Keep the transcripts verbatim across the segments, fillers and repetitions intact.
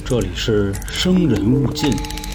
这里是生人勿近。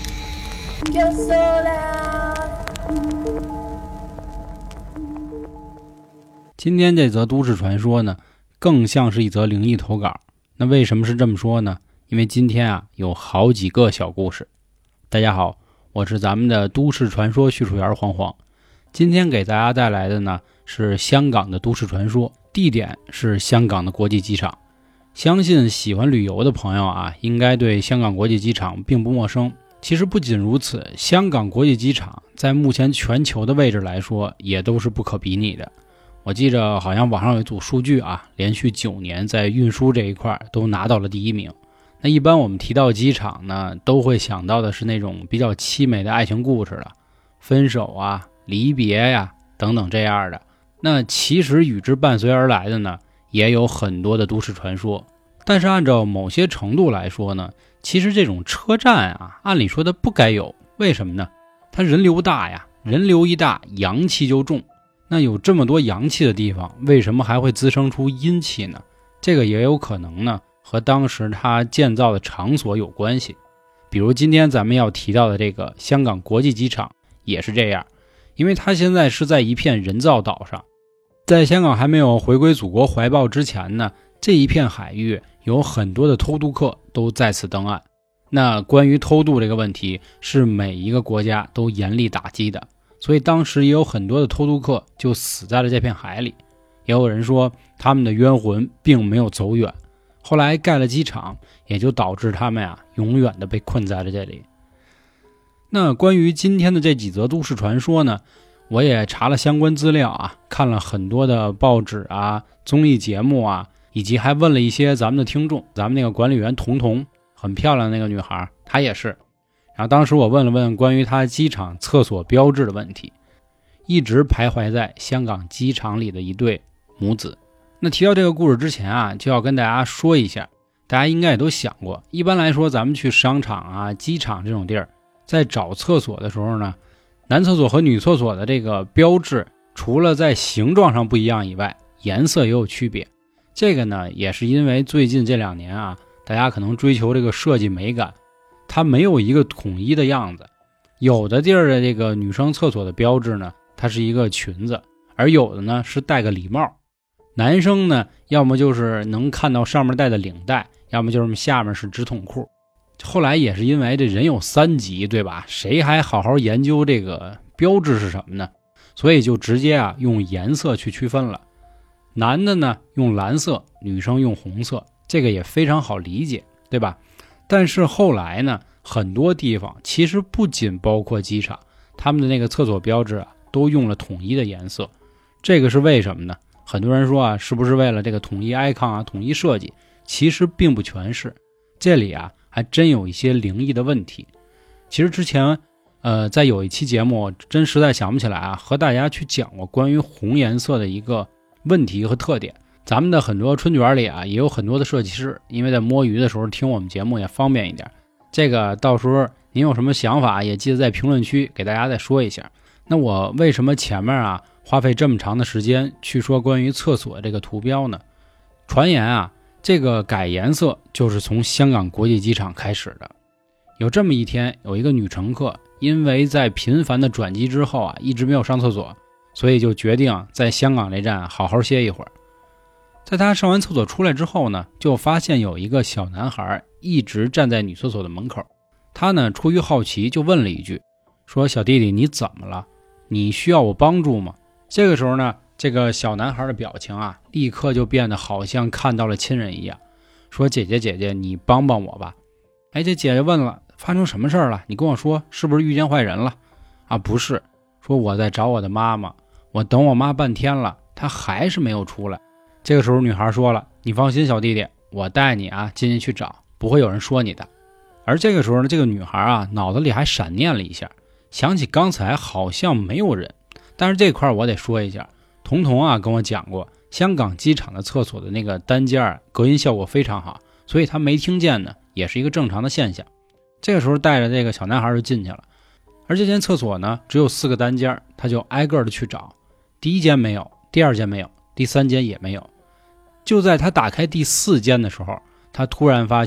今天这则都市传说呢，更像是一则灵异投稿。那为什么是这么说呢？因为今天啊有好几个小故事。大家好，我是咱们的都市传说叙述员黄黄。今天给大家带来的呢是香港的都市传说，地点是香港的国际机场。相信喜欢旅游的朋友啊，应该对香港国际机场并不陌生。其实不仅如此，香港国际机场在目前全球的位置来说，也都是不可比拟的。我记着好像网上有一组数据啊，连续九年在运输这一块都拿到了第一名。那一般我们提到机场呢，都会想到的是那种比较凄美的爱情故事了，分手啊、离别呀、等等这样的。那其实与之伴随而来的呢，也有很多的都市传说。但是按照某些程度来说呢，其实这种车站啊，按理说它不该有。为什么呢？它人流大呀，人流一大，阳气就重。那有这么多阳气的地方，为什么还会滋生出阴气呢？这个也有可能呢和当时它建造的场所有关系。比如今天咱们要提到的这个香港国际机场也是这样，因为它现在是在一片人造岛上。在香港还没有回归祖国怀抱之前呢，这一片海域有很多的偷渡客都在此登岸。那关于偷渡这个问题，是每一个国家都严厉打击的，所以当时也有很多的偷渡客就死在了这片海里。也有人说他们的冤魂并没有走远，后来盖了机场，也就导致他们啊永远的被困在了这里。那关于今天的这几则都市传说呢，我也查了相关资料啊，看了很多的报纸啊、综艺节目啊，以及还问了一些咱们的听众。咱们那个管理员彤彤，很漂亮的那个女孩，她也是。然后当时我问了问关于她机场厕所标志的问题，一直徘徊在香港机场里的一对母子。那提到这个故事之前啊，就要跟大家说一下，大家应该也都想过，一般来说咱们去商场啊、机场这种地儿，在找厕所的时候呢，男厕所和女厕所的这个标志，除了在形状上不一样以外，颜色也有区别。这个呢，也是因为最近这两年啊，大家可能追求这个设计美感，它没有一个统一的样子。有的地儿的这个女生厕所的标志呢，它是一个裙子，而有的呢是戴个礼帽。男生呢，要么就是能看到上面戴的领带，要么就是下面是直筒裤。后来也是因为这人有三级，对吧？谁还好好研究这个标志是什么呢？所以就直接啊用颜色去区分了。男的呢用蓝色，女生用红色，这个也非常好理解，对吧？但是后来呢，很多地方其实不仅包括机场，他们的那个厕所标志啊都用了统一的颜色。这个是为什么呢？很多人说啊，是不是为了这个统一 icon 啊、统一设计？其实并不全是。这里啊还真有一些灵异的问题。其实之前呃在有一期节目真实在想不起来啊，和大家去讲过关于红颜色的一个问题和特点。咱们的很多春卷里啊也有很多的设计师，因为在摸鱼的时候听我们节目也方便一点。这个到时候您有什么想法也记得在评论区给大家再说一下。那我为什么前面啊花费这么长的时间去说关于厕所这个图标呢？传言啊，这个改颜色就是从香港国际机场开始的。有这么一天，有一个女乘客因为在频繁的转机之后啊，一直没有上厕所，所以就决定在香港这站好好歇一会儿。在她上完厕所出来之后呢，就发现有一个小男孩一直站在女厕所的门口。她呢出于好奇就问了一句，说小弟弟你怎么了？你需要我帮助吗？这个时候呢，这个小男孩的表情啊，立刻就变得好像看到了亲人一样，说姐姐姐姐你帮帮我吧。哎，这姐姐问了，发生什么事儿了？你跟我说，是不是遇见坏人了？啊，不是，说我在找我的妈妈，我等我妈半天了，她还是没有出来。这个时候女孩说了，你放心小弟弟，我带你啊进去去找，不会有人说你的。而这个时候呢，这个女孩啊脑子里还闪念了一下，想起刚才好像没有人。但是这块我得说一下，彤彤啊跟我讲过，香港机场的厕所的那个单间隔音效果非常好，所以他没听见呢，也是一个正常的现象。这个时候带着这个小男孩就进去了，而这间厕所呢只有四个单间，他就挨个的去找，第一间没有，第二间没有，第三间也没有。就在他打开第四间的时候，他突然发现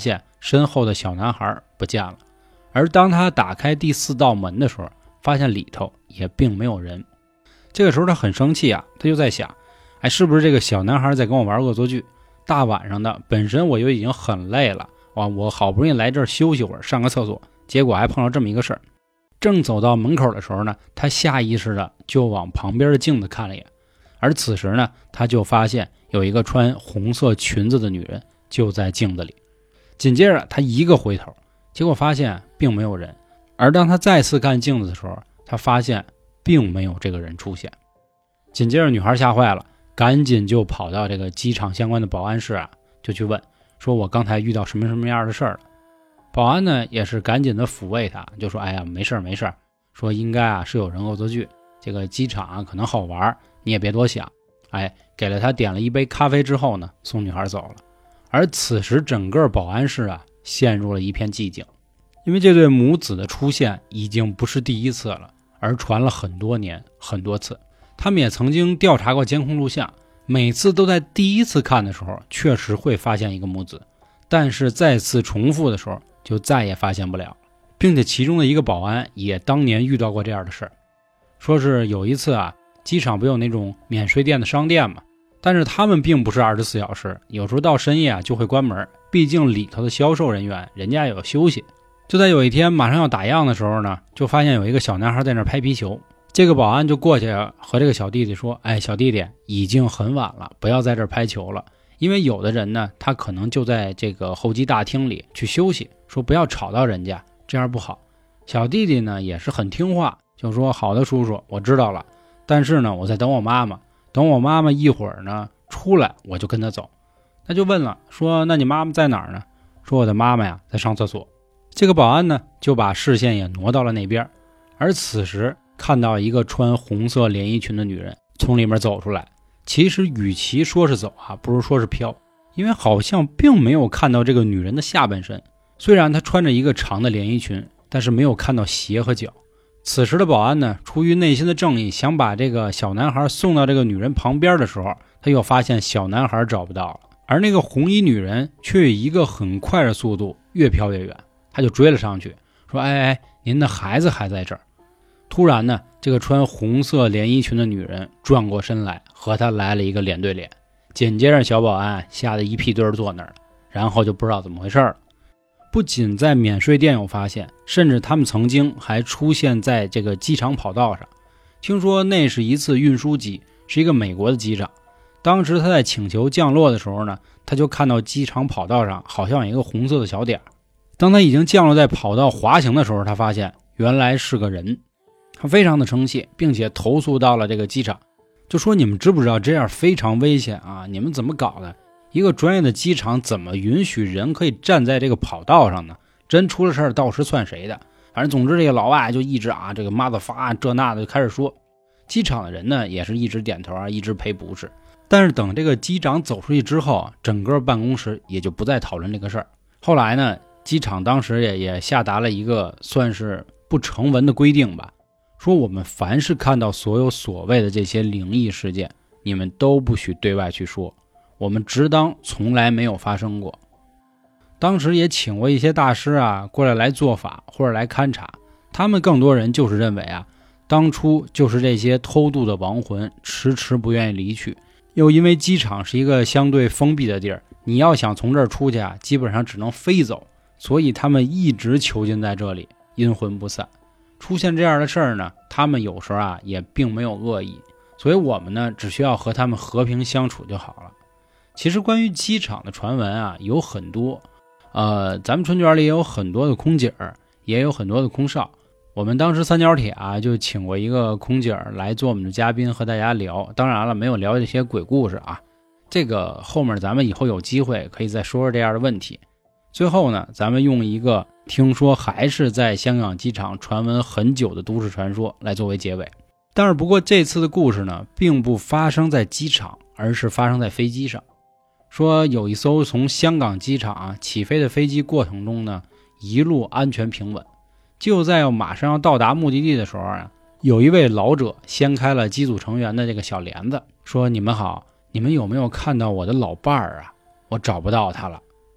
身后的小男孩不见了。而当他打开第四道门的时候，发现里头也并没有人。这个时候他很生气啊，他就在想，哎，是不是这个小男孩在跟我玩恶作剧？大晚上的，本身我就已经很累了，哇，我好不容易来这儿休息会儿，上个厕所，结果还碰到这么一个事儿。正走到门口的时候呢，他下意识的就往旁边的镜子看了一眼，而此时呢，他就发现有一个穿红色裙子的女人就在镜子里。紧接着他一个回头，结果发现并没有人。而当他再次看镜子的时候，他发现并没有这个人出现。紧接着女孩吓坏了，赶紧就跑到这个机场相关的保安室啊，就去问，说我刚才遇到什么什么样的事儿了。保安呢也是赶紧的抚慰他，就说哎呀没事没事，说应该啊是有人恶作剧，这个机场啊可能好玩，你也别多想。哎，给了他点了一杯咖啡之后呢，送女孩走了。而此时整个保安室啊陷入了一片寂静，因为这对母子的出现已经不是第一次了，而传了很多年很多次。他们也曾经调查过监控录像，每次都在第一次看的时候确实会发现一个母子，但是再次重复的时候就再也发现不了，并且其中的一个保安也当年遇到过这样的事儿。说是有一次啊，机场不有那种免税店的商店嘛，但是他们并不是二十四小时，有时候到深夜啊就会关门，毕竟里头的销售人员人家也有休息。就在有一天马上要打烊的时候呢，就发现有一个小男孩在那拍皮球。这个保安就过去和这个小弟弟说，哎，小弟弟，已经很晚了，不要在这儿拍球了，因为有的人呢他可能就在这个候机大厅里去休息，说不要吵到人家，这样不好。小弟弟呢也是很听话，就说好的叔叔，我知道了，但是呢我在等我妈妈，等我妈妈一会儿呢出来我就跟她走。他就问了，说那你妈妈在哪儿呢？说我的妈妈呀在上厕所。这个保安呢就把视线也挪到了那边，而此时看到一个穿红色连衣裙的女人从里面走出来。其实与其说是走啊，不如说是飘，因为好像并没有看到这个女人的下半身。虽然她穿着一个长的连衣裙，但是没有看到鞋和脚。此时的保安呢，出于内心的正义，想把这个小男孩送到这个女人旁边的时候，他又发现小男孩找不到了，而那个红衣女人却以一个很快的速度越飘越远。他就追了上去，说哎哎，您的孩子还在这儿。突然呢，这个穿红色连衣裙的女人转过身来，和他来了一个脸对脸。紧接着小保安吓得一屁墩儿坐那儿了，然后就不知道怎么回事了。不仅在免税店有发现，甚至他们曾经还出现在这个机场跑道上。听说那是一次运输机，是一个美国的机长。当时他在请求降落的时候呢，他就看到机场跑道上好像有一个红色的小点。当他已经降落在跑道滑行的时候，他发现原来是个人。他非常的生气，并且投诉到了这个机场，就说你们知不知道这样非常危险啊，你们怎么搞的？一个专业的机场怎么允许人可以站在这个跑道上呢？真出了事儿到时算谁的？反正总之这个老外就一直啊这个妈的发这那的就开始说。机场的人呢也是一直点头啊，一直赔不是。但是等这个机长走出去之后，整个办公室也就不再讨论这个事儿。后来呢，机场当时也也下达了一个算是不成文的规定吧，说我们凡是看到所有所谓的这些灵异事件，你们都不许对外去说，我们只当从来没有发生过。当时也请过一些大师啊过来来做法或者来勘察，他们更多人就是认为啊，当初就是这些偷渡的亡魂迟迟不愿意离去，又因为机场是一个相对封闭的地儿，你要想从这儿出去啊，基本上只能飞走，所以他们一直囚禁在这里，阴魂不散。出现这样的事儿呢，他们有时候啊也并没有恶意，所以我们呢只需要和他们和平相处就好了。其实关于机场的传闻啊有很多，呃，咱们春卷里也有很多的空姐儿，也有很多的空少。我们当时三角铁啊就请过一个空姐儿来做我们的嘉宾和大家聊，当然了没有聊这些鬼故事啊，这个后面咱们以后有机会可以再说说这样的问题。最后呢，咱们用一个听说还是在香港机场传闻很久的都市传说来作为结尾。但是不过这次的故事呢并不发生在机场，而是发生在飞机上。说有一艘从香港机场啊起飞的飞机过程中呢，一路安全平稳。就在要马上要到达目的地的时候啊，有一位老者掀开了机组成员的这个小帘子，说你们好，你们有没有看到我的老伴儿啊？我找不到他了。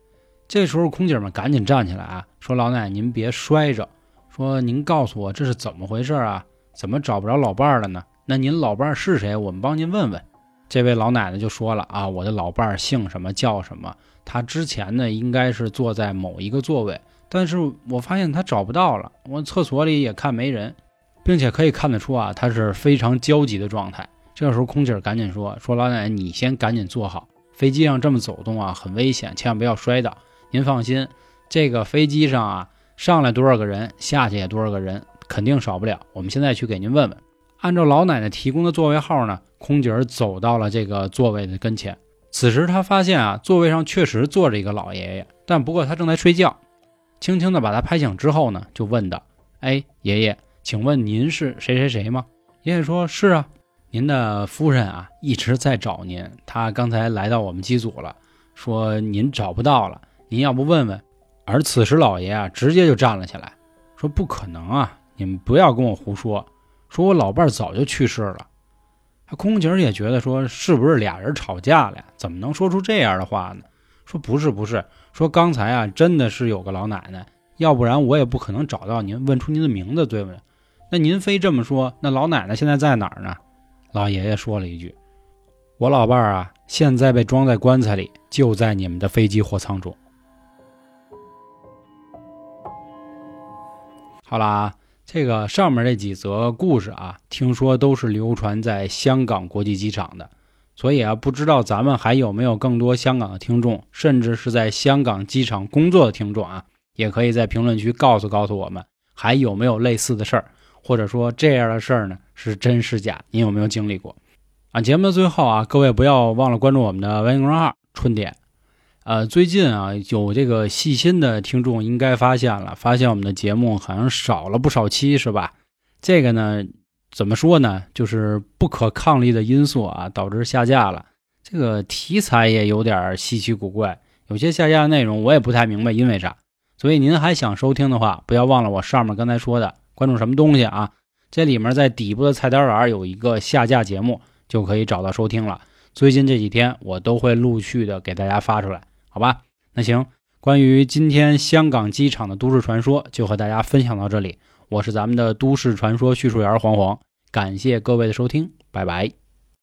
这时候空姐们赶紧站起来啊，说老奶奶您别摔着，说您告诉我这是怎么回事啊，怎么找不着老伴儿了呢？那您老伴儿是谁？我们帮您问问。这位老奶奶就说了啊，我的老伴儿姓什么叫什么，他之前呢应该是坐在某一个座位，但是我发现他找不到了，我厕所里也看没人，并且可以看得出啊他是非常焦急的状态。这个时候空姐赶紧说说老奶奶你先赶紧坐好，飞机上这么走动啊很危险，千万不要摔倒。您放心，这个飞机上啊上来多少个人下去也多少个人，肯定少不了，我们现在去给您问问。按照老奶奶提供的座位号呢，空姐走到了这个座位的跟前。此时她发现啊座位上确实坐着一个老爷爷，但不过他正在睡觉。轻轻的把他拍醒之后呢，就问道，哎，爷爷请问您是谁谁谁吗？爷爷说是啊，您的夫人啊一直在找您，她刚才来到我们机组了，说您找不到了，您要不问问。而此时老爷啊直接就站了起来，说不可能啊，你们不要跟我胡说，说我老伴早就去世了。空姐也觉得说是不是俩人吵架了呀，怎么能说出这样的话呢？说不是不是，说刚才啊真的是有个老奶奶，要不然我也不可能找到您，问出您的名字，对不对？那您非这么说，那老奶奶现在在哪儿呢？老爷爷说了一句，我老伴儿啊现在被装在棺材里，就在你们的飞机货舱中。好啦，这个上面这几则故事啊，听说都是流传在香港国际机场的，所以啊，不知道咱们还有没有更多香港的听众，甚至是在香港机场工作的听众啊，也可以在评论区告诉告诉我们，还有没有类似的事儿，或者说这样的事儿呢是真是假，您有没有经历过啊？节目的最后啊，各位不要忘了关注我们的微信公众号春点。呃，最近啊，有这个细心的听众应该发现了，发现我们的节目好像少了不少期，是吧？这个呢，怎么说呢？就是不可抗力的因素啊，导致下架了。这个题材也有点稀奇古怪，有些下架的内容我也不太明白因为啥。所以您还想收听的话，不要忘了我上面刚才说的关注什么东西啊？这里面在底部的菜单栏有一个下架节目，就可以找到收听了。最近这几天我都会陆续的给大家发出来。好吧，那行，关于今天香港机场的都市传说就和大家分享到这里，我是咱们的都市传说叙述员黄黄，感谢各位的收听，拜拜。